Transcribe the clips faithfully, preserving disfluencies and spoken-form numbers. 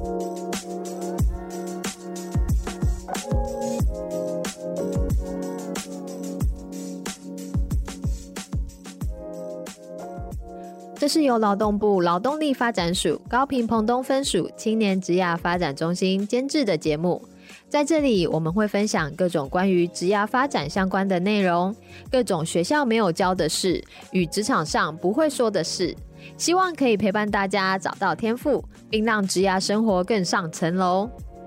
这是由劳动部劳动力发展署高屏澎东分署青年职涯发展中心监制的节目。在这里，我们会分享各种关于职涯发展相关的内容，各种学校没有教的事与职场上不会说的事，希望可以陪伴大家找到天赋，并让职涯生活更上层楼。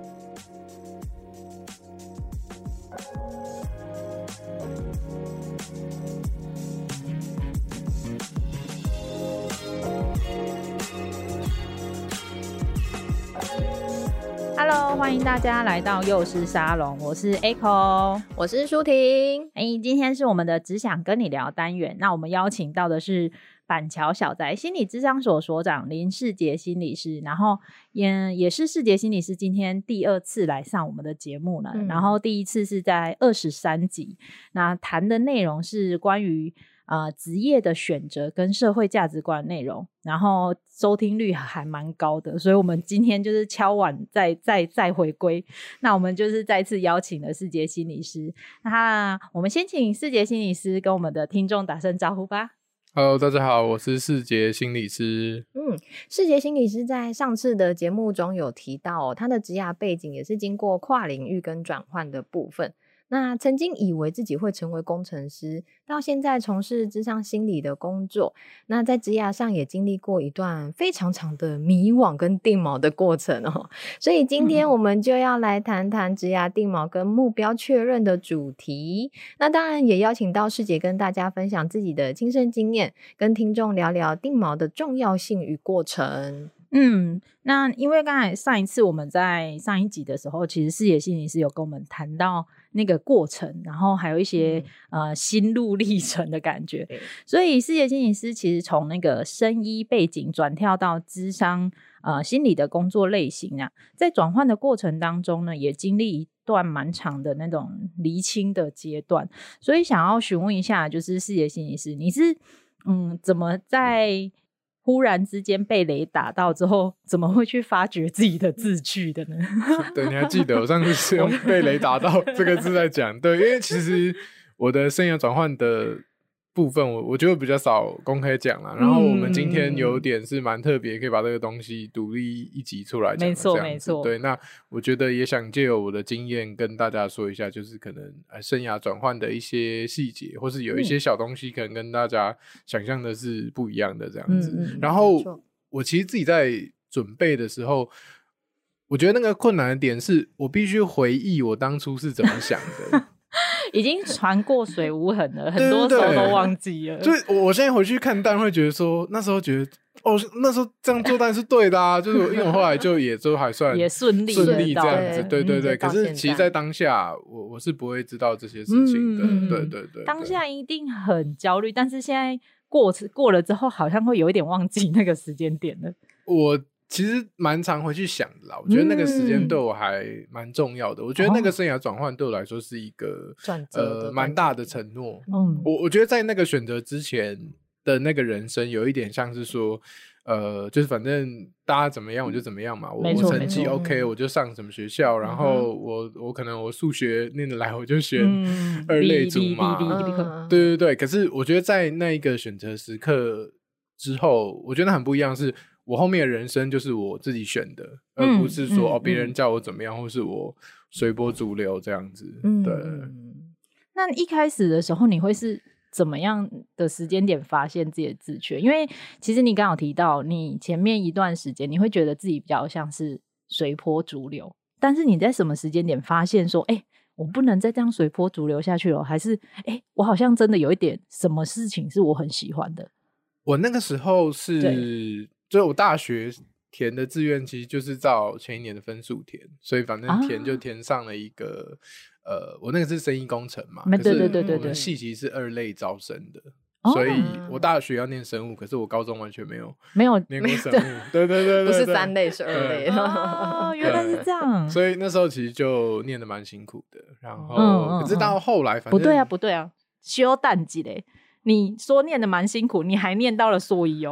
Hello， 欢迎大家来到幼师沙龙，我是 Echo， 我是舒婷。 哎，今天是我们的只想跟你聊单元，那我们邀请到的是板桥小宅心理咨商所所长林世杰心理师，然后也也是世杰心理师今天第二次来上我们的节目了、嗯、然后第一次是在二十三集，那谈的内容是关于呃，职业的选择跟社会价值观的内容，然后收听率还蛮高的，所以我们今天就是敲碗再再再回归。那我们就是再次邀请了世杰心理师，那我们先请世杰心理师跟我们的听众打声招呼吧。 Hello， 大家好，我是世杰心理师。 嗯，世杰心理师在上次的节目中有提到、哦、他的职涯背景也是经过跨领域跟转换的部分。那曾经以为自己会成为工程师，到现在从事諮商心理的工作，那在职涯上也经历过一段非常长的迷惘跟定锚的过程哦。所以今天我们就要来谈谈职涯定锚跟目标确认的主题。那当然也邀请到世杰跟大家分享自己的亲身经验，跟听众聊聊定锚的重要性与过程。 嗯，那因为刚才上一次我们在上一集的时候，其实世杰心理师有跟我们谈到那个过程，然后还有一些、嗯、呃心路历程的感觉，所以世杰心理师其实从那个生医背景转跳到諮商呃心理的工作类型啊，在转换的过程当中呢，也经历一段蛮长的那种厘清的阶段，所以想要询问一下，就是世杰心理师，你是嗯怎么在忽然之间被雷打到之后，怎么会去发掘自己的志趣的呢？ 对，你还记得我上次是用被雷打到这个字在讲，对，因为其实我的生涯转换的部分我我觉得比较少公开讲啦，然后我们今天有点是蛮特别，可以把这个东西独立一集出来讲，没错没错。对，那我觉得也想借由我的经验跟大家说一下，就是可能、呃、生涯转换的一些细节，或是有一些小东西可能跟大家想象的是不一样的这样子、嗯嗯、然后我其实自己在准备的时候，我觉得那个困难的点是我必须回忆我当初是怎么想的已经船过水无痕了，很多时候都忘记了。 就我现在回去看，当然会觉得说，那时候觉得哦，那时候这样做当然是对的啊，就是因为我后来就也都还算也顺利顺利这样子，对对对。嗯、可是其实，在当下，我我是不会知道这些事情的，嗯、对, 对, 对对对。 当下一定很焦虑，但是现在过过了之后，好像会有一点忘记那个时间点了。 我。其实蛮常回去想的啦，我觉得那个时间对我还蛮重要的、嗯、我觉得那个生涯转换对我来说是一个、哦、呃蛮大的承诺、嗯、我我觉得在那个选择之前的那个人生有一点像是说呃，就是反正大家怎么样我就怎么样嘛，我我成绩 OK 我就上什么学校、嗯、然后我我可能我数学念得来我就选二类组嘛、嗯、对对对。可是我觉得在那一个选择时刻之后，我觉得很不一样，是我后面的人生就是我自己选的、嗯、而不是说、嗯、哦别人叫我怎么样、嗯、或是我随波逐流这样子、嗯、对。 那一开始的时候你会是怎么样的时间点发现自己的志趣？因为其实你刚好提到你前面一段时间你会觉得自己比较像是随波逐流，但是你在什么时间点发现说哎、欸我不能再这样随波逐流下去了，还是哎、欸，我好像真的有一点什么事情是我很喜欢的？ 我那个时候是就我大学填的志愿其实就是照前一年的分数填，所以反正填就填上了一个、啊、呃，我那个是生医工程嘛， 对对对对对， 我们系其实是二类招生的，所以我大学要念生物，可是我高中完全没有没有念过生物，对对 对, 对, 对， 不是三类是二类哦，原来是这样。 所以那时候其实就念得蛮辛苦的，然后、嗯嗯、可是到后来反正不对啊不对啊，修淡季嘞，你说念得蛮辛苦，你还念到了硕一哦。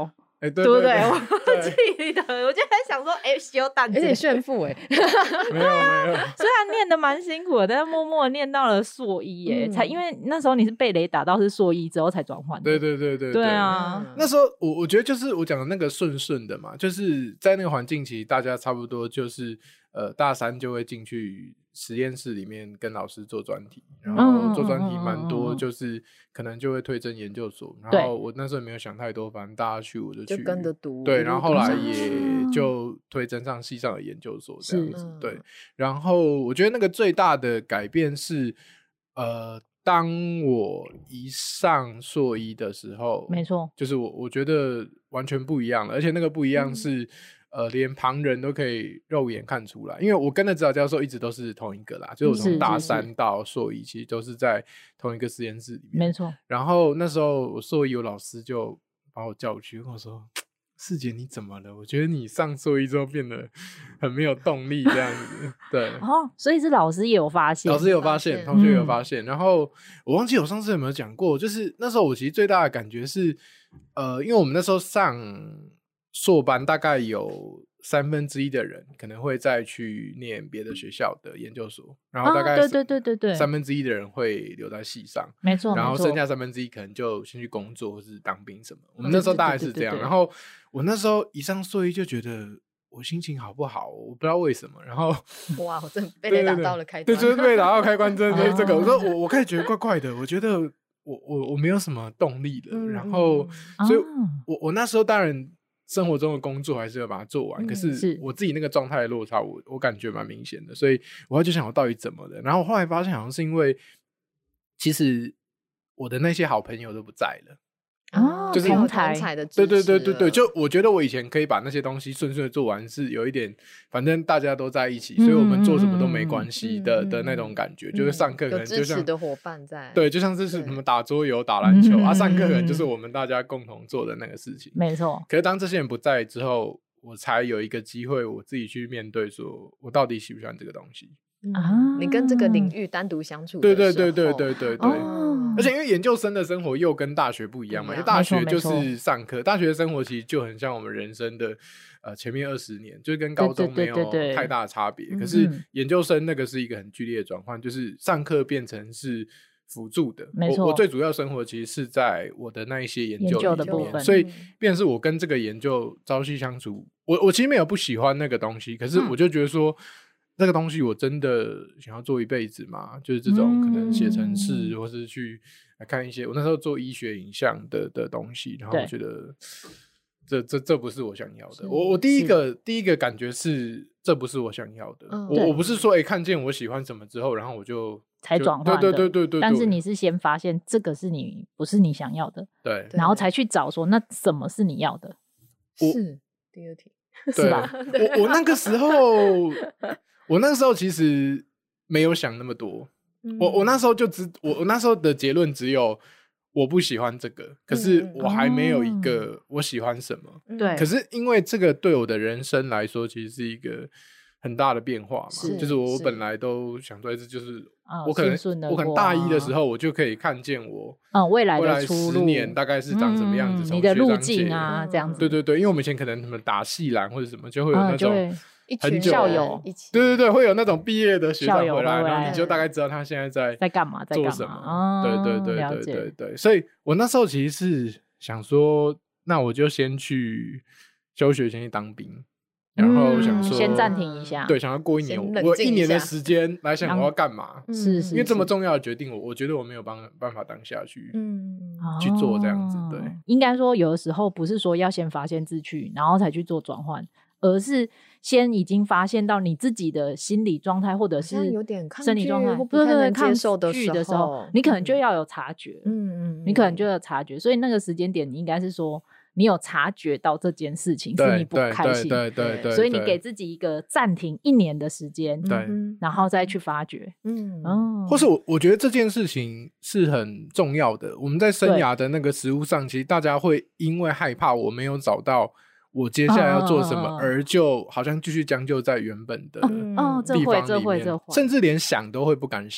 哎、欸，对对不对？ 我记得，我就在想说，哎、欸，修蛋有点炫富哎、 欸，没有没有， 虽然念的蛮辛苦的，但是默默念到了硕一耶、欸嗯，才因为那时候你是被雷打到是硕一之后才转换的。 对对对对对啊， 那时候我我觉得就是我讲的那个顺顺的嘛，就是在那个环境，其实大家差不多就是呃大三就会进去实验室里面跟老师做专题，然后做专题蛮多，就是可能就会推甄研究所。然后我那时候也没有想太多，反正大家去我就去， 就跟着读。 对，然后后来也就推甄上系上的研究所这样子。对，然后我觉得那个最大的改变是，呃，当我一上硕一的时候， 没错， 就是我我觉得完全不一样了，而且那个不一样是。嗯呃，连旁人都可以肉眼看出来，因为我跟的指导教授一直都是同一个啦，就是我从大三到硕一，其实都是在同一个实验室里面。 没错。 然后那时候我硕一有老师就把我叫去，跟我说：“世杰你怎么了？我觉得你上硕一之后变得很没有动力，这样子。”对。 哦，所以是老师也有发现， 老师有发现，同学也有发现。嗯、然后我忘记我上次有没有讲过，就是那时候我其实最大的感觉是，呃，因为我们那时候上。硕班大概有三分之一的人可能会再去念别的学校的研究所，然后大概、 哦、对对对对对， 三分之一的人会留在系上， 没错， 然后剩下三分之一可能就先去工作或是当兵什么。我们那时候大概是这样。然后我那时候一上硕一就觉得我心情好不好，我不知道为什么。然后哇，我真的被雷打到了开关， 对，就是被打到开关，真的就是这个。我说我我开始觉得怪怪的，我觉得我我我没有什么动力了。嗯、然后所以我我那时候当然。生活中的工作还是要把它做完，嗯、可是我自己那个状态的落差我，我我感觉蛮明显的，所以我就想我到底怎么了？然后我后来发现，好像是因为其实我的那些好朋友都不在了。 哦， 就是同台的支持， 对对对对对，就我觉得我以前可以把那些东西顺顺的做完，是有一点，反正大家都在一起，嗯、所以我们做什么都没关系的、嗯、的那种感觉，嗯、就是上课可能就像有支持的伙伴在， 对，就像是什么打桌游、打篮球啊，上课可能就是我们大家共同做的那个事情， 没错。 可是当这些人不在之后，我才有一个机会，我自己去面对，说我到底喜不喜欢这个东西。 啊，你跟这个领域单独相处的对对对对对对对、哦，而且因为研究生的生活又跟大学不一样嘛，因为大学就是上课，大学的生活其实就很像我们人生的呃前面二十年，就是跟高中没有太大的差别。可是研究生那个是一个很剧烈的转换，就是上课变成是辅助的。 没错， 我最主要生活其实是在我的那一些研究里面，的部分， 所以变成是我跟这个研究朝夕相处。我我其实没有不喜欢那个东西，可是我就觉得说。嗯那个东西我真的想要做一辈子嘛？就是这种可能写程式，嗯、或是去看一些我那时候做医学影像的的东西，然后我觉得这这这不是我想要的。我我第一个第一个感觉是这不是我想要的。嗯、我我不是说哎、欸、看见我喜欢什么之后，然后我就才转换的， 对对对对 对, 对。 但是你是先发现这个是你不是你想要的， 对， 然后才去找说那什么是你要的。 是第二题， 是吧？ 我我那个时候。我那时候其实没有想那么多，嗯、我我那时候就只我我那时候的结论只有我不喜欢这个，可是我还没有一个我喜欢什么。 对、嗯， 可是因为这个对我的人生来说，其实是一个很大的变化嘛。是就是我本来都想说，这就是我可能、 哦、 我可能大一的时候，我就可以看见我嗯未来的出路， 十年大概是长什么样子， 嗯、你的路径啊这样子。 对对对，因为我们以前可能什么打系篮或者什么，就会有那种。嗯很久校友一起， 对对对，会有那种毕业的学长回来， 回来然后你就大概知道他现在在在干嘛，在做什么。 哦、 对对对对对 对, 對，所以我那时候其实是想说，那我就先去休学，先去当兵，然后想说、 嗯、先暂停一下， 对，想要过一年， 一我一年的时间来想我要干嘛。 是是， 因为这么重要的决定，我我觉得我没有办办法当下去，嗯，去做这样子。对， 应该说有的时候不是说要先发现志趣，然后才去做转换。而是先已经发现到你自己的心理状态，或者是生理状态不太能接受的时候，你可能就要有察觉。嗯嗯，你可能就要有察觉。所以那个时间点，你应该是说你有察觉到这件事情是你不开心， 对对 对, 对, 对， 所以你给自己一个暂停一年的时间， 对， 然后再去发掘。嗯哦，或是我我觉得这件事情是很重要的。我们在生涯的那个实务上，其实大家会因为害怕我没有找到。我接下来要做什么、嗯、而就好像继续将就在原本的地方里面、嗯哦、这会这会这会甚至连想都会不敢想。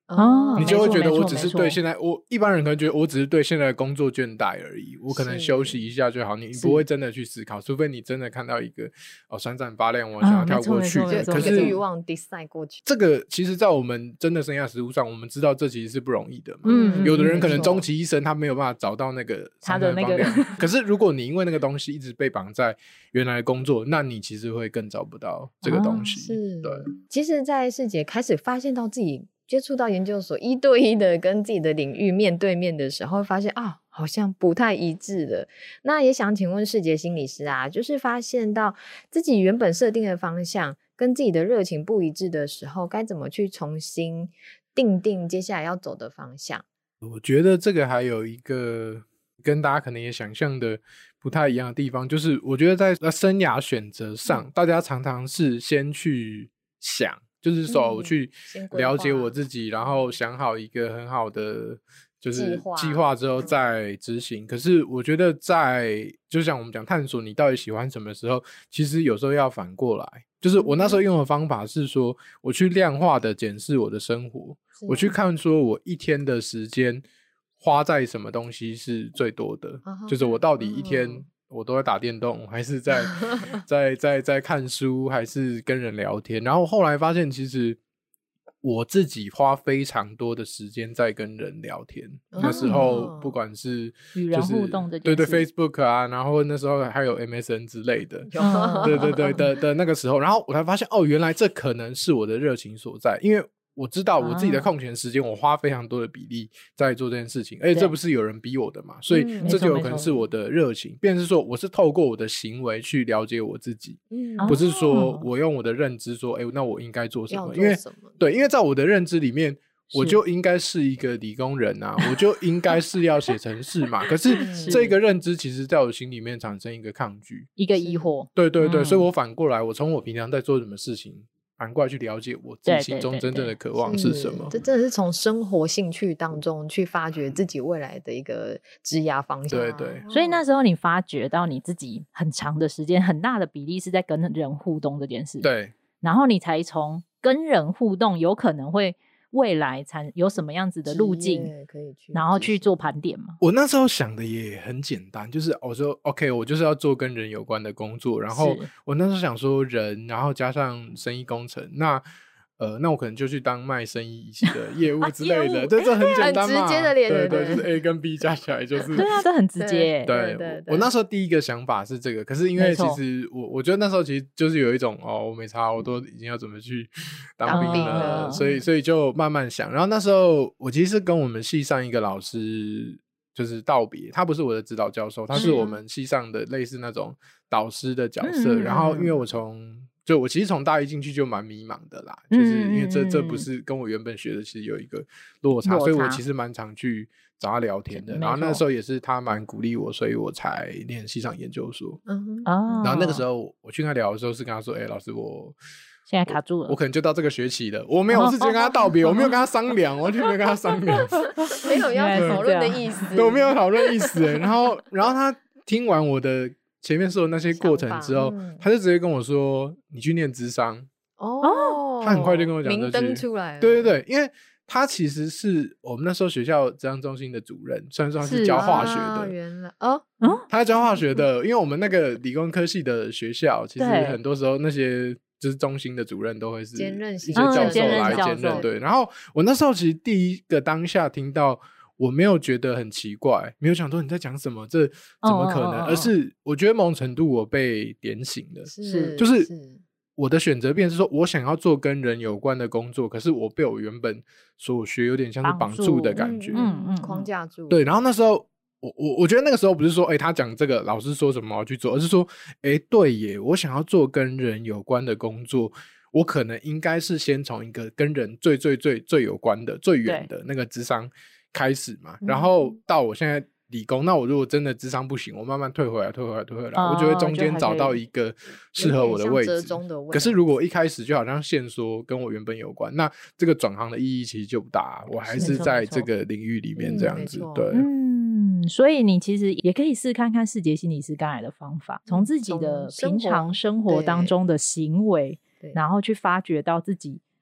哦， 你就会觉得我没错只是对现在，我一般人可能觉得我只是对现在的工作倦怠而已，我可能休息一下就好，你不会真的去思考，除非你真的看到一个哦闪闪发亮，我想要跳过去的， 可是欲望 decide 过去， 这个其实在我们真的生涯实务上，我们知道这其实是不容易的嘛。 嗯， 有的人可能终其一生他没有办法找到那个他的那个， 可是如果你因为那个东西一直被绑在原来的工作，那你其实会更找不到这个东西。 哦、是， 对。 其实，在世杰开始发现到自己接触到研究所一对一的跟自己的领域面对面的时候，发现啊，好像不太一致的。那也想请问世杰心理师啊，就是发现到自己原本设定的方向跟自己的热情不一致的时候，该怎么去重新定定接下来要走的方向？ 我觉得这个还有一个跟大家可能也想象的不太一样的地方，就是我觉得在生涯选择上、嗯、大家常常是先去想，就是说我去了解我自己、嗯、然后想好一个很好的就是计划之后再执行、嗯、可是我觉得在就像我们讲探索你到底喜欢什么时候，其实有时候要反过来，就是我那时候用的方法是说我去量化的检视我的生活，我去看说我一天的时间花在什么东西是最多的、uh-huh. 就是我到底一天我都在打电动还是在在在在看书还是跟人聊天，然后后来发现其实我自己花非常多的时间在跟人聊天、哦、那时候不管是、就是、 与人互动的对对 Facebook 啊，然后那时候还有 M S N 之类的对对对 的, 的那个时候，然后我才发现哦，原来这可能是我的热情所在，因为我知道我自己的空闲时间、啊、我花非常多的比例在做这件事情，而且这不是有人逼我的嘛，所以这就有可能是我的热情、嗯、变成是说我是透过我的行为去了解我自己、嗯、不是说我用我的认知说哎、欸，那我应该做什么，因为对，因为在我的认知里面我就应该是一个理工人啊，我就应该是要写程式嘛可是这个认知其实在我心里面产生一个抗拒， 一个疑惑， 对对对、嗯、所以我反过来我从我平常在做什么事情反过来去了解我自己心中真正的渴望是什么。 这真的是从生活兴趣当中去发掘自己未来的一个职涯方向。 对对， 所以那时候你发觉到你自己很长的时间很大的比例是在跟人互动这件事， 对， 然后你才从跟人互动有可能会未来才有什么样子的路径可以去， 然后去做盘点嘛。 我那时候想的也很简单，就是我说 OK 我就是要做跟人有关的工作，然后我那时候想说人，然后加上生意工程，那呃，那我可能就去当卖生意仪器的业务之类的对，这很简单嘛， 很直接的连对对，就是 A 跟 B 加起来就是对啊，这很直接。 对, 对, 对, 对, 对，我那时候第一个想法是这个，可是因为其实我我觉得那时候其实就是有一种哦，我没差，我都已经要准备去当兵了、嗯、所以所以就慢慢想，然后那时候我其实是跟我们系上一个老师就是道别，他不是我的指导教授，他是我们系上的类似那种导师的角色、嗯、然后因为我从就我其实从大一进去就蛮迷茫的啦，就是因为这这不是跟我原本学的其实有一个落差，所以我其实蛮常去找他聊天的，然后那时候也是他蛮鼓励我，所以我才念系上研究所、嗯、然后那个时候我去跟他聊的时候是跟他说哎、欸，老师我现在卡住了， 我, 我可能就到这个学期了，我没有事先跟他道别、哦、我没有跟他商量，完全没有跟他商量没有要讨论的意思， 对，我没有讨论意思然后然后他听完我的前面说的那些过程之后、嗯、他就直接跟我说你去念諮商哦，他很快就跟我讲这句明灯出来了， 对对对，因为他其实是我们那时候学校諮商中心的主任，虽然说他是教化学的、啊、 原来哦， 他教化学的因为我们那个理工科系的学校其实很多时候那些就是中心的主任都会是一些教授来兼任、嗯、对，然后我那时候其实第一个当下听到我没有觉得很奇怪，没有想说你在讲什么，这怎么可能、哦、而是我觉得某种程度我被点醒了， 是就是我的选择变成是说我想要做跟人有关的工作，可是我被我原本所学有点像是绑住的感觉， 嗯嗯，框架住， 对，然后那时候我我我觉得那个时候不是说哎、欸，他讲这个老师说什么我要去做，而是说哎、欸，对耶，我想要做跟人有关的工作，我可能应该是先从一个跟人最最最最有关的最远的那个諮商开始嘛，然后到我现在理工，那我如果真的諮商不行，我慢慢退回来退回来退回来、哦、我就会中间找到一个适合我的位置， 折中的位置， 可是如果一开始就好像限缩跟我原本有关，那这个转行的意义其实就不大，我还是在这个领域里面这样子、嗯、对， 嗯，所以你其实也可以试看看世杰心理师刚才的方法，从自己的平常生活当中的行为然后去发掘到自己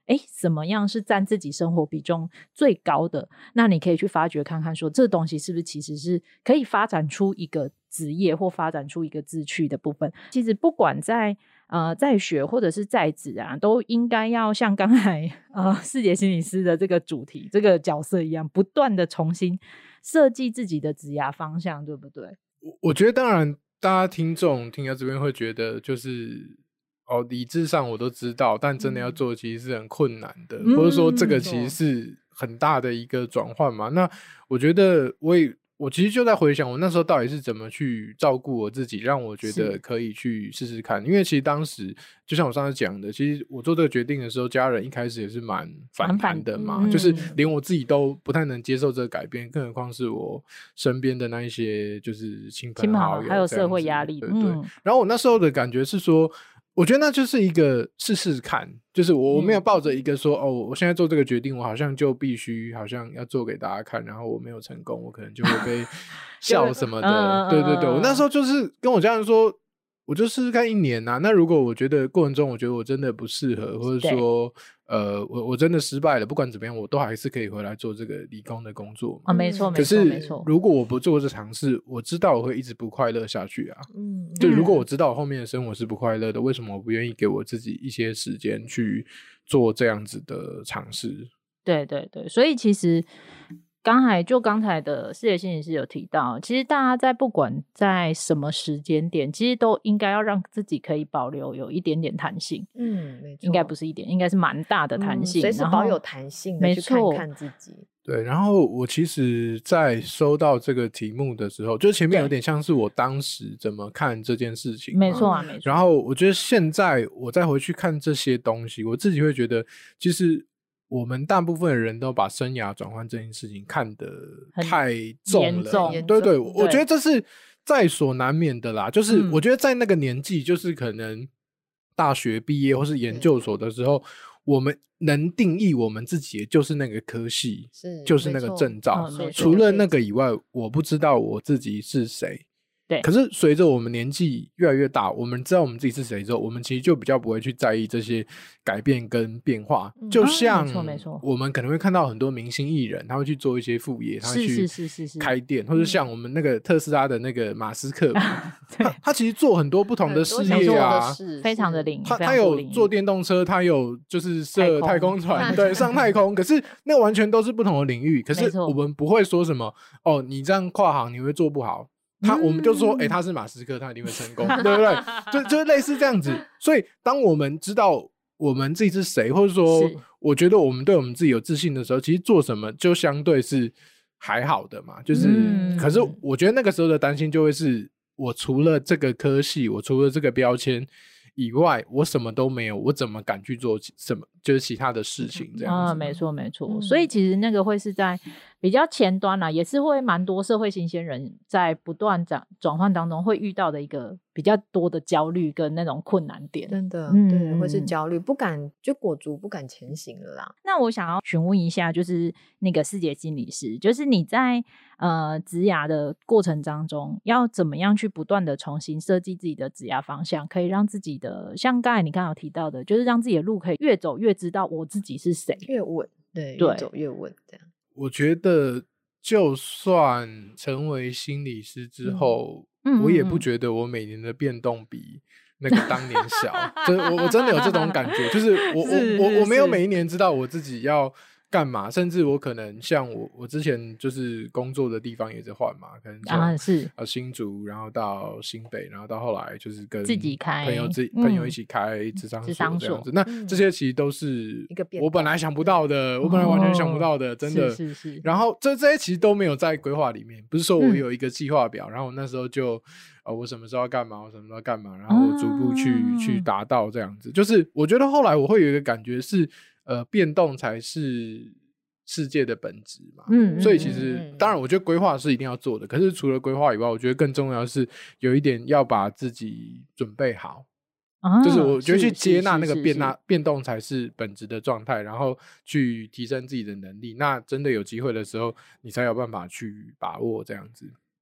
诶什么样是占自己生活比重最高的，那你可以去发掘看看说这东西是不是其实是可以发展出一个职业或发展出一个志趣的部分。其实不管在呃在学或者是在职啊，都应该要像刚才呃世杰心理师的这个主题这个角色一样，不断的重新设计自己的职涯方向，对不对？ 我我觉得当然大家听众听到这边会觉得就是哦，理智上我都知道，但真的要做其实是很困难的、嗯、或者说这个其实是很大的一个转换嘛。那我觉得我也我其实就在回想我那时候到底是怎么去照顾我自己，让我觉得可以去试试看。因为其实当时就像我上次讲的，其实我做这个决定的时候，家人一开始也是蛮反弹的嘛、嗯、就是连我自己都不太能接受这个改变，更何况是我身边的那一些就是亲朋好友， 还有社会压力， 对对、 嗯、 然后我那时候的感觉是说，我觉得那就是一个试试看，就是我没有抱着一个说、嗯、哦，我现在做这个决定我好像就必须好像要做给大家看，然后我没有成功我可能就会被笑什么的嗯、对对对，我那时候就是跟我家人说我就试试看一年啊，那如果我觉得过程中我觉得我真的不适合，或者说呃，我我真的失败了，不管怎么样我都还是可以回来做这个理工的工作啊、哦，没错没错没错。 如果我不做这尝试，我知道我会一直不快乐下去啊。嗯，就如果我知道我后面的生活是不快乐的，为什么我不愿意给我自己一些时间去做这样子的尝试？ 对对对，所以其实刚才就刚才的世界心理师有提到，其实大家在不管在什么时间点，其实都应该要让自己可以保留有一点点弹性。 嗯，没错， 应该不是一点，应该是蛮大的弹性， 随时保有弹性的去看看自己。 对，然后我其实在收到这个题目的时候，就前面有点像是我当时怎么看这件事情， 没错啊没错。 然后我觉得现在我再回去看这些东西，我自己会觉得其实我们大部分的人都把生涯转换这件事情看得太重了，对对，我觉得这是在所难免的啦。就是我觉得在那个年纪，就是可能大学毕业或是研究所的时候，我们能定义我们自己也就是那个科系，是就是那个证照、嗯、除了那个以外，我不知道我自己是谁。 对， 可是随着我们年纪越来越大，我们知道我们自己是谁之后，我们其实就比较不会去在意这些改变跟变化、嗯、就像我们可能会看到很多明星艺人，他会去做一些副业，他会去开店，或者像我们那个特斯拉的那个马斯克他, 他其实做很多不同的事业啊， 非常的灵， 他他有做电动车，他有就是设太空船，对，上太空，可是那完全都是不同的领域。可是我们不会说什么哦，你这样跨行你会做不好，他、嗯、我们就说哎、欸，他是马斯克，他一定会成功对不对？就就类似这样子。所以当我们知道我们自己是谁，或者说我觉得我们对我们自己有自信的时候，其实做什么就相对是还好的嘛。就是、嗯、可是我觉得那个时候的担心就会是，我除了这个科系，我除了这个标签以外，我什么都没有，我怎么敢去做什么就是其他的事情这样子、 啊、没错没错、嗯、所以其实那个会是在比较前端啦、啊，也是会蛮多社会新鲜人在不断转换当中会遇到的一个比较多的焦虑跟那种困难点。 真的、嗯、对，会是焦虑，不敢就裹足不敢前行了啦。 那我想要询问一下，就是那个世杰心理师，就是你在呃职涯的过程当中要怎么样去不断的重新设计自己的职涯方向，可以让自己的像刚才你刚刚有提到的，就是让自己的路可以越走越知道我自己是谁， 越稳，对，越走越稳这样。 我觉得就算成为心理师之后、嗯、我也不觉得我每年的变动比那个当年小就是我我真的有这种感觉，就是我是我我我没有每一年知道我自己要干嘛，甚至我可能像我我之前就是工作的地方也在换嘛，可能从、啊、是新竹然后到新北，然后到后来就是跟自己开朋友自、嗯、朋友一起开諮商所这样子、嗯、那这些其实都是我本来想不到的、嗯、我本来完全想不到的、哦、真的是是是。 然后这这些其实都没有在规划里面，不是说我有一个计划表、嗯、然后我那时候就呃，我什么时候要干嘛我什么时候要干嘛，然后我逐步去、啊、去达到这样子。就是我觉得后来我会有一个感觉是呃，变动才是世界的本质嘛。嗯，所以其实、嗯、当然我觉得规划是一定要做的，可是除了规划以外，我觉得更重要的是有一点要把自己准备好、啊、就是我觉得去接纳那个变纳变动才是本质的状态，然后去提升自己的能力，那真的有机会的时候你才有办法去把握这样子。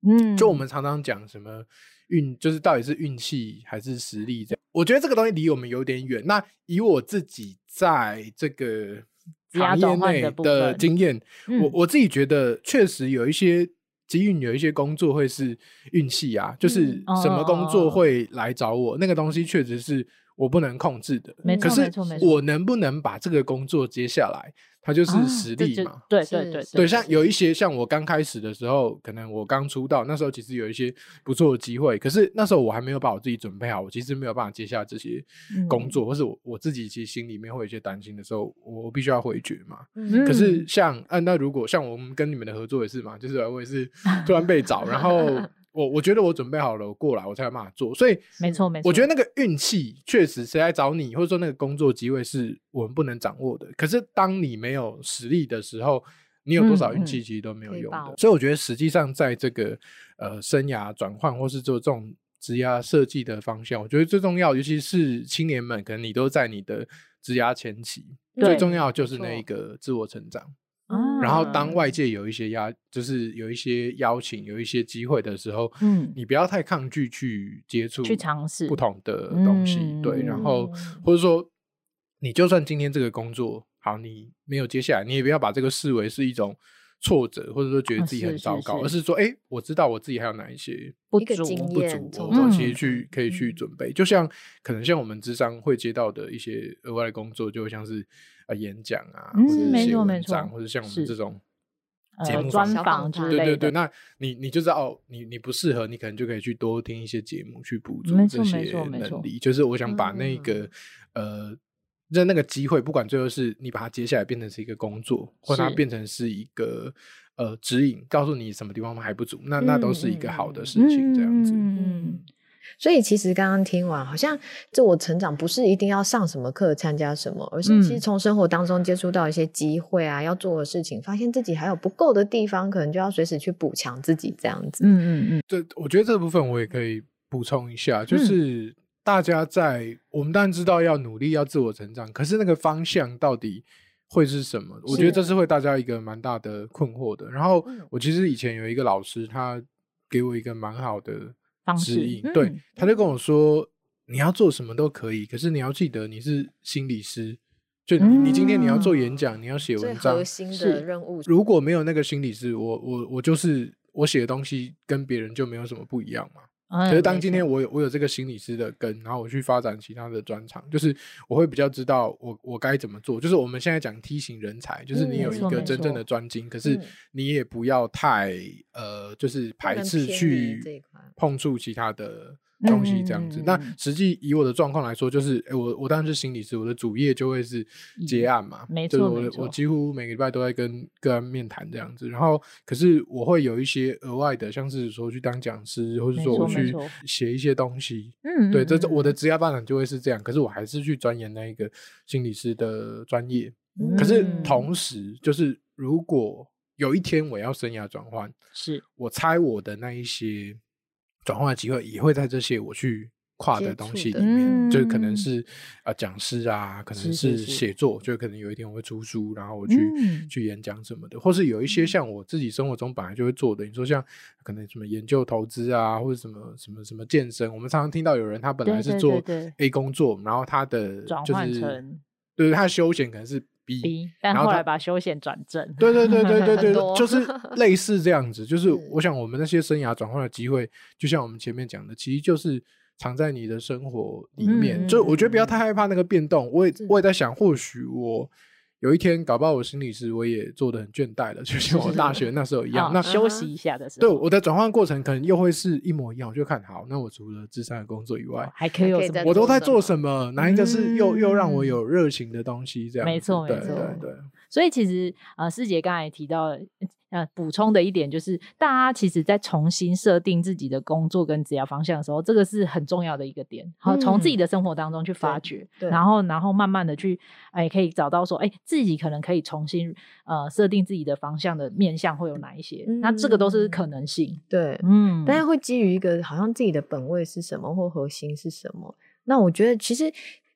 嗯，就我们常常讲什么运，就是到底是运气还是实力这样，我觉得这个东西离我们有点远。那以我自己在这个行业内的经验，嗯、我我自己觉得确实有一些机运，有一些工作会是运气啊，就是什么工作会来找我，嗯、那个东西确实是我不能控制的。可是我能不能把这个工作接下来，它就是实力嘛。 啊、对对对对，像有一些像我刚开始的时候，可能我刚出道那时候，其实有一些不错的机会，可是那时候我还没有把我自己准备好，我其实没有办法接下这些工作，嗯、或是我我自己其实心里面会有一些担心的时候，我必须要回绝嘛。嗯、可是像啊，那如果像我们跟你们的合作也是嘛，就是我也是突然被找，然后。我我觉得我准备好了，我过来我才有办法做，所以没错没错， 我觉得那个运气确实谁来找你，或者说那个工作机会是我们不能掌握的。可是当你没有实力的时候，你有多少运气其实都没有用的。嗯嗯、所以我觉得实际上在这个呃生涯转换或是做这种职涯设计的方向，我觉得最重要，尤其是青年们，可能你都在你的职涯前期，最重要就是那一个自我成长。然后当外界有一些压，就是有一些邀请，有一些机会的时候，嗯，你不要太抗拒去接触、 去尝试不同的东西，嗯、对。然后或者说，你就算今天这个工作好，你没有接下来，你也不要把这个视为是一种挫折，或者说觉得自己很糟糕，哦、是是是而是说，哎，我知道我自己还有哪一些不足， 不足，我其实去可以去准备。就像可能像我们諮商会接到的一些额外的工作，就会像是。呃，演讲啊，嗯、或者是写文章，或者像我们这种节目专访之类的， 对对对，那你你就知道哦，你你不适合，你可能就可以去多听一些节目，去补足这些能力。就是我想把那个、嗯、呃，让那个机会，不管最后是你把它接下来变成是一个工作，或它变成是一个呃指引，告诉你什么地方还不足，那那都是一个好的事情，这样子。嗯。 嗯所以其实刚刚听完，好像自我成长不是一定要上什么课、参加什么，而是其实从生活当中接触到一些机会啊，要做的事情，发现自己还有不够的地方，可能就要随时去补强自己这样子。 嗯嗯嗯。 这我觉得这部分我也可以补充一下，就是大家在、嗯、我们当然知道要努力要自我成长，可是那个方向到底会是什么？我觉得这是会大家一个蛮大的困惑的。然后我其实以前有一个老师，他给我一个蛮好的指引、嗯、对，他就跟我说你要做什么都可以，可是你要记得你是心理师，就 你,、嗯、你今天你要做演讲，你要写文章， 最核心的任务， 如果没有那个心理师，我我我就是我写的东西跟别人就没有什么不一样嘛。可是当今天我有我有这个心理师的根，然后我去发展其他的专长，就是我会比较知道我我该怎么做。就是我们现在讲梯形人才，就是你有一个真正的专精、嗯、可是你也不要太呃就是排斥去碰触其他的东西这样子、嗯、那实际以我的状况来说，就是诶我我当然是心理师，我的主业就会是接案嘛、 嗯、没错， 就是我, 我几乎每个礼拜都在跟个案面谈这样子。然后可是我会有一些额外的，像是说去当讲师，或者说我去写一些东西，嗯，对，这我的职业发展就会是这样。可是我还是去钻研那一个心理师的专业、嗯、可是同时就是如果有一天我要生涯转换， 是我猜我的那一些转换的机会也会在这些我去跨的东西里面，就可能是呃讲师啊，可能是写作，就可能有一天我会出书，然后我去、嗯、去演讲什么的，或是有一些像我自己生活中本来就会做的，你说像可能什么研究投资啊，或者什么什么什么健身，我们常常听到有人他本来是做 A 工作，然后他的转换成对他的休闲可能是 B, B 但后来把休闲转正， 对对对对对对就是类似这样子。就是我想我们那些生涯转换的机会，就像我们前面讲的，其实就是藏在你的生活里面、嗯、就我觉得不要太害怕那个变动。我也我也在想，或许我有一天搞不好我心理师我也做得很倦怠了，就像我大学那时候一样、哦、那休息一下的时候， 对，我的转换过程可能又会是一模一样。我就看好，那我除了諮商的工作以外、哦、 还可以有什么， 我都在做什么，哪一个是又、嗯、又让我有热情的东西，这样没错没错， 对对对。 所以其实呃，师姐刚才提到呃，补充的一点就是，大家其实在重新设定自己的工作跟职业方向的时候，这个是很重要的一个点。好，从自己的生活当中去发掘，嗯、然后然后慢慢的去，哎，可以找到说，哎，自己可能可以重新呃设定自己的方向的面向会有哪一些？嗯、那这个都是可能性。 对，嗯，但是会基于一个好像自己的本位是什么或核心是什么。那我觉得其实。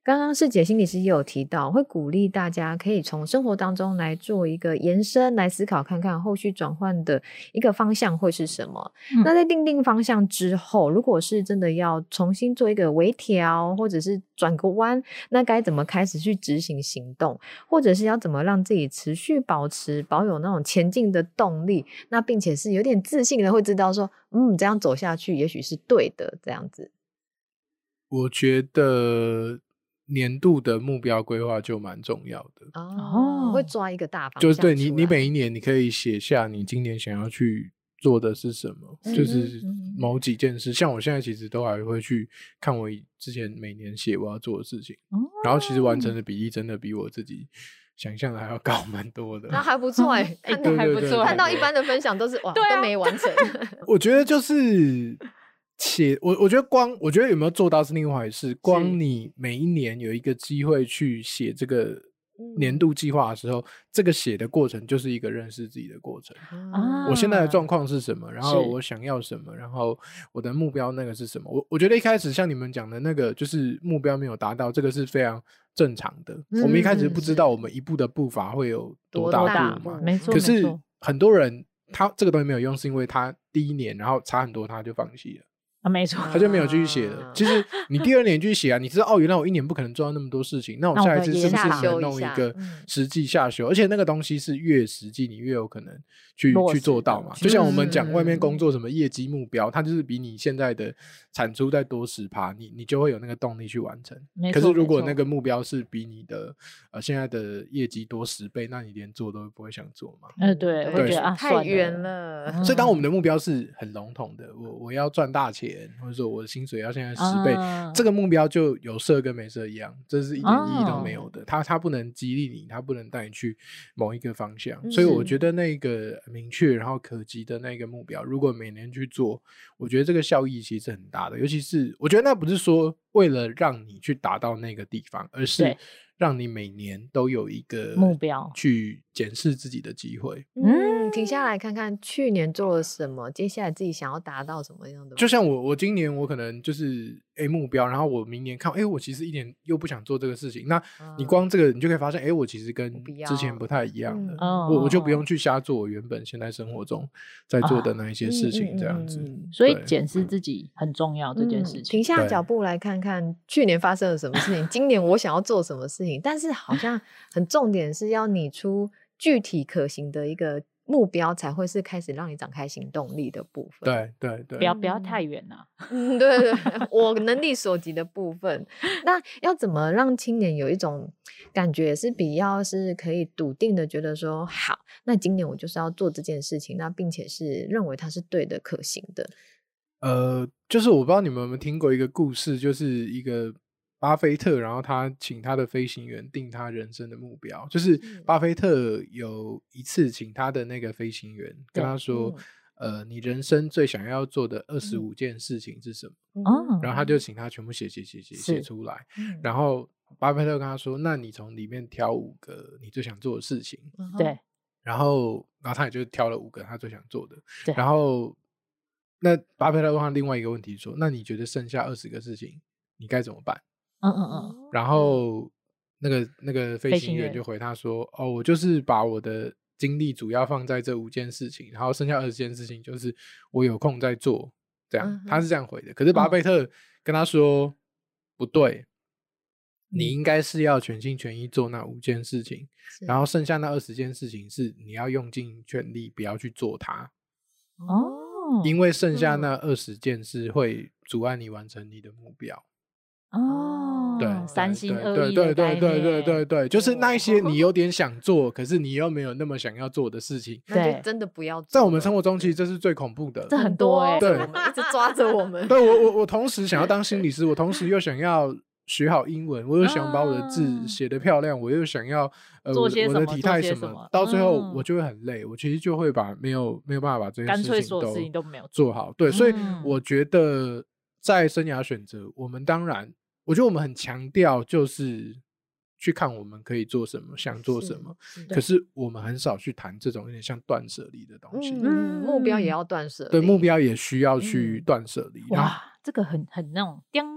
刚刚世杰心理师也有提到，会鼓励大家可以从生活当中来做一个延伸，来思考看看后续转换的一个方向会是什么。嗯、那在定定方向之后，如果是真的要重新做一个微调，或者是转个弯，那该怎么开始去执行行动，或者是要怎么让自己持续保持保有那种前进的动力，那并且是有点自信的会知道说嗯，这样走下去也许是对的，这样子。 我觉得年度的目标规划就蛮重要的哦，会抓一个大方向， 就是对你，你每一年你可以写下你今年想要去做的是什么，嗯、就是某几件事。嗯、像我现在其实都还会去看我之前每年写我要做的事情，哦、然后其实完成的比例真的比我自己想象的还要高蛮多的。 那还不错哎、欸，看到还不错，看到一般的分享都是哇，啊、都没完成。 我觉得就是写我我觉得光我觉得有没有做到是另外一回事，光你每一年有一个机会去写这个年度计划的时候，嗯、这个写的过程就是一个认识自己的过程。啊、我现在的状况是什么，然后我想要什么，然后我的目标那个是什么。我我觉得一开始像你们讲的那个就是目标没有达到，这个是非常正常的。嗯、我们一开始不知道我们一步的步伐会有多大步嘛， 没错。 可是很多人他这个东西没有用，是因为他第一年然后差很多他就放弃了。 啊，没错， 他就没有继续写了。其实你第二年继续写啊，你知道哦，原来我一年不可能做到那么多事情，那我下一次是不是能弄一个实际下修？而且那个东西是越实际，你越有可能去去做到嘛。就像我们讲外面工作什么业绩目标，它就是比你现在的产出再多十趴，你你就会有那个动力去完成。可是如果那个目标是比你的呃现在的业绩多十倍，那你连做都不会想做嘛。 呃，对，我觉得啊太远了。 所以当我们的目标是很笼统的，我我要赚大钱。或者说我的薪水要现在十倍、啊、这个目标就有设跟没设一样，这是一点意义都没有的、哦、它, 它不能激励你，它不能带你去某一个方向、嗯、所以我觉得那个明确然后可及的那个目标如果每年去做，我觉得这个效益其实是很大的。尤其是我觉得那不是说为了让你去达到那个地方，而是让你每年都有一个目标去检视自己的机会。 嗯，停下来看看去年做了什么，接下来自己想要达到什么样的。 就像我我今年我可能就是A 目标，然后我明年看哎，我其实一点又不想做这个事情，那你光这个你就可以发现哎，我其实跟之前不太一样的、嗯、我我就不用去瞎做我原本现在生活中在做的那一些事情、啊、这样子、嗯嗯、 所以检视自己很重要、嗯、这件事情。 停下脚步来看看去年发生了什么事情，今年我想要做什么事情，但是好像很重点是要拟出具体可行的一个目标，才会是开始让你展开行动力的部分。 对对对， 不要不要太远了、啊。 嗯，对对对，我能力所及的部分。那要怎么让青年有一种感觉是比较是可以笃定的觉得说，好，那今年我就是要做这件事情，那并且是认为它是对的、可行的。 呃，就是我不知道你们有没有听过一个故事，就是一个巴菲特，然后他请他的飞行员定他人生的目标。就是巴菲特有一次请他的那个飞行员跟他说、嗯、呃，你人生最想要做的二十五件事情是什么、嗯、然后他就请他全部写写写写写出来、嗯、然后巴菲特跟他说，那你从里面挑五个你最想做的事情。 对， 然后然后他也就挑了五个他最想做的。然后那巴菲特问他另外一个问题说，那你觉得剩下二十个事情你该怎么办？ 嗯嗯嗯， 然后那个那个飞行员就回他说，哦，我就是把我的精力主要放在这五件事情，然后剩下二十件事情就是我有空再做，这样、嗯、他是这样回的。可是巴菲特跟他说、嗯、不对，你应该是要全心全意做那五件事情，然后剩下那二十件事情是你要用尽全力不要去做它。哦，因为剩下那二十件事会阻碍你完成你的目标。 哦， 对， 三心二意的概念， 对对对对对对，就是那一些你有点想做，可是你又没有那么想要做的事情， 那就真的不要做。 在我们生活中，其实这是最恐怖的， 这很多哎、欸， 对， 一直抓着我们。 对我我我同时想要当心理师，我同时又想要学好英文，我又想把我的字写得漂亮，啊、我又想要呃做些我的体态什么，么到最后我就会很累，嗯、我其实就会把没有没有办法把这些事情都事情都没有做好。对，所以我觉得在生涯选择，我们当然。我觉得我们很强调就是去看我们可以做什么想做什么，是是可是我们很少去谈这种有点像断舍离的东西。 嗯，目标也要断舍离， 对，目标也需要去断舍离、 嗯、哇，这个很很那种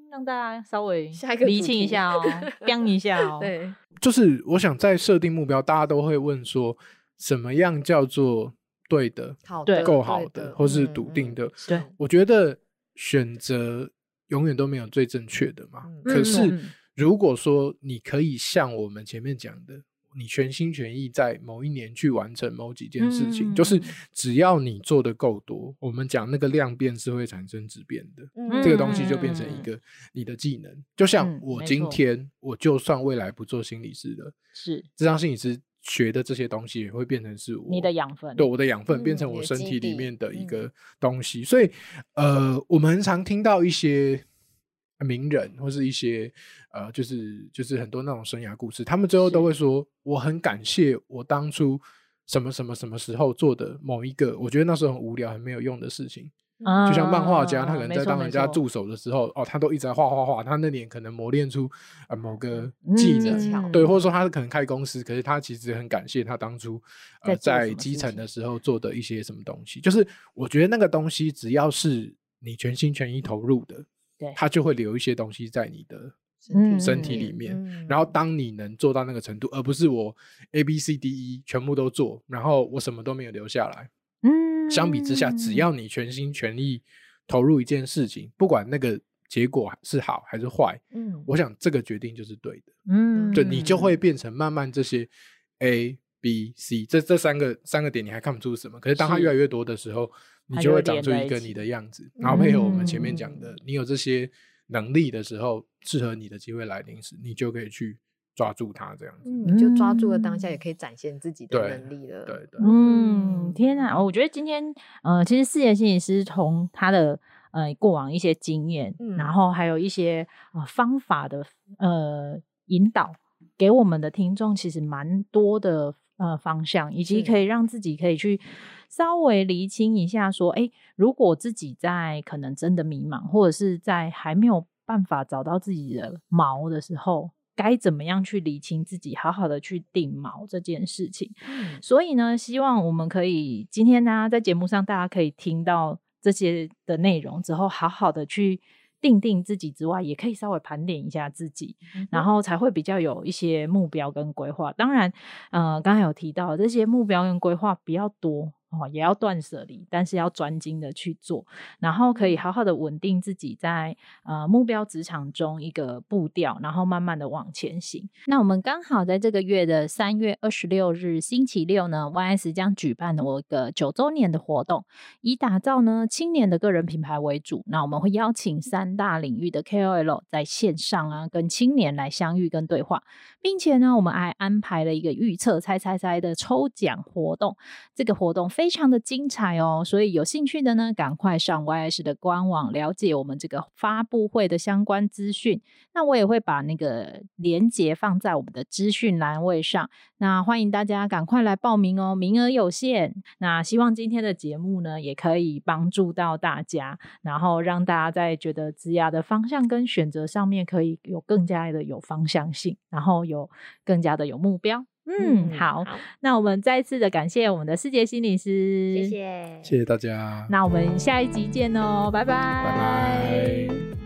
让大家稍微厘清一下哦，标一下哦。 对， 就是我想在设定目标，大家都会问说，什么样叫做对的、 好的够好的， 的或是笃定的？ 对、嗯， 我觉得选择永远都没有最正确的嘛。 嗯、 可是如果说你可以像我们前面讲的，你全心全意在某一年去完成某几件事情，嗯、就是只要你做的够多，我们讲那个量变是会产生质变的，嗯、这个东西就变成一个你的技能。嗯、就像我今天，我就算未来不做心理师了， 是智商心理师学的这些东西也会变成是我你的养分， 对我的养分、嗯、变成我身体里面的一个东西。所以，呃，我们很常听到一些名人或是一些呃，就是就是很多那种生涯故事，他们最后都会说，我很感谢我当初什么什么什么时候做的某一个，我觉得那时候很无聊、很没有用的事情。嗯、就像漫画家，他可能在当人家助手的时候，哦，他都一直在画画画，他那年可能磨练出呃某个技能，嗯、对，或者说他可能开公司，可是他其实很感谢他当初呃在基层的时候做的一些什么东西。就是我觉得那个东西，只要是你全心全意投入的，对，它就会留一些东西在你的身体里面。嗯、然后当你能做到那个程度，而不是我 A B C D E 全部都做，然后我什么都没有留下来。嗯，相比之下，只要你全心全意投入一件事情，不管那个结果是好还是坏，嗯，我想这个决定就是对的。嗯，对，你就会变成慢慢这些 A B C 这这三个三个点你还看不出什么，可是当它越来越多的时候，你就会长出一个你的样子，然后配合我们前面讲的，嗯、你有这些能力的时候，适合你的机会来临时，你就可以去抓住它，这样子， 嗯，就抓住了当下，也可以展现自己的能力了。 对 对, 对， 嗯，天哪！我觉得今天，呃，其实四节心理师从他的呃过往一些经验，嗯、然后还有一些呃方法的呃引导，给我们的听众其实蛮多的呃方向，以及可以让自己可以去稍微厘清一下，说，哎，如果自己在可能真的迷茫，或者是在还没有办法找到自己的锚的时候，该怎么样去理清自己，好好的去定锚这件事情。嗯、所以呢，希望我们可以今天呢，在节目上大家可以听到这些的内容之后，好好的去定定自己之外，也可以稍微盘点一下自己，嗯、然后才会比较有一些目标跟规划。当然，呃，刚才有提到这些目标跟规划比较多。哦，也要断舍离，但是要专精的去做，然后可以好好的稳定自己在呃目标职场中一个步调，然后慢慢的往前行。那我们刚好在这个月的三月二十六日星期六呢 ，Y S 将举办我一个九周年的活动，以打造呢青年的个人品牌为主。那我们会邀请三大领域的 K O L 在线上啊跟青年来相遇跟对话，并且呢我们还安排了一个预测猜猜猜的抽奖活动，这个活动非常的精彩哦，所以有兴趣的呢，赶快上 Y S 的官网了解我们这个发布会的相关资讯。那我也会把那个连结放在我们的资讯栏位上，那欢迎大家赶快来报名哦，名额有限。那希望今天的节目呢，也可以帮助到大家，然后让大家在觉得职涯的方向跟选择上面可以有更加的有方向性，然后有更加的有目标。嗯，好，好，那我们再次的感谢我们的四节心理师， 谢谢， 谢谢大家。 那我们下一集见哦，拜拜， 拜拜。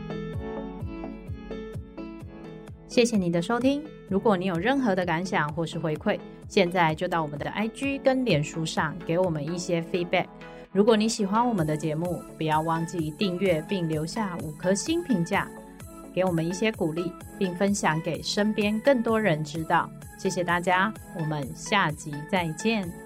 谢谢你的收听。如果你有任何的感想或是回馈，现在就到我们的 I G 跟脸书上给我们一些 feedback。如果你喜欢我们的节目，不要忘记订阅并留下五颗星评价，给我们一些鼓励，并分享给身边更多人知道。谢谢大家，我们下集再见。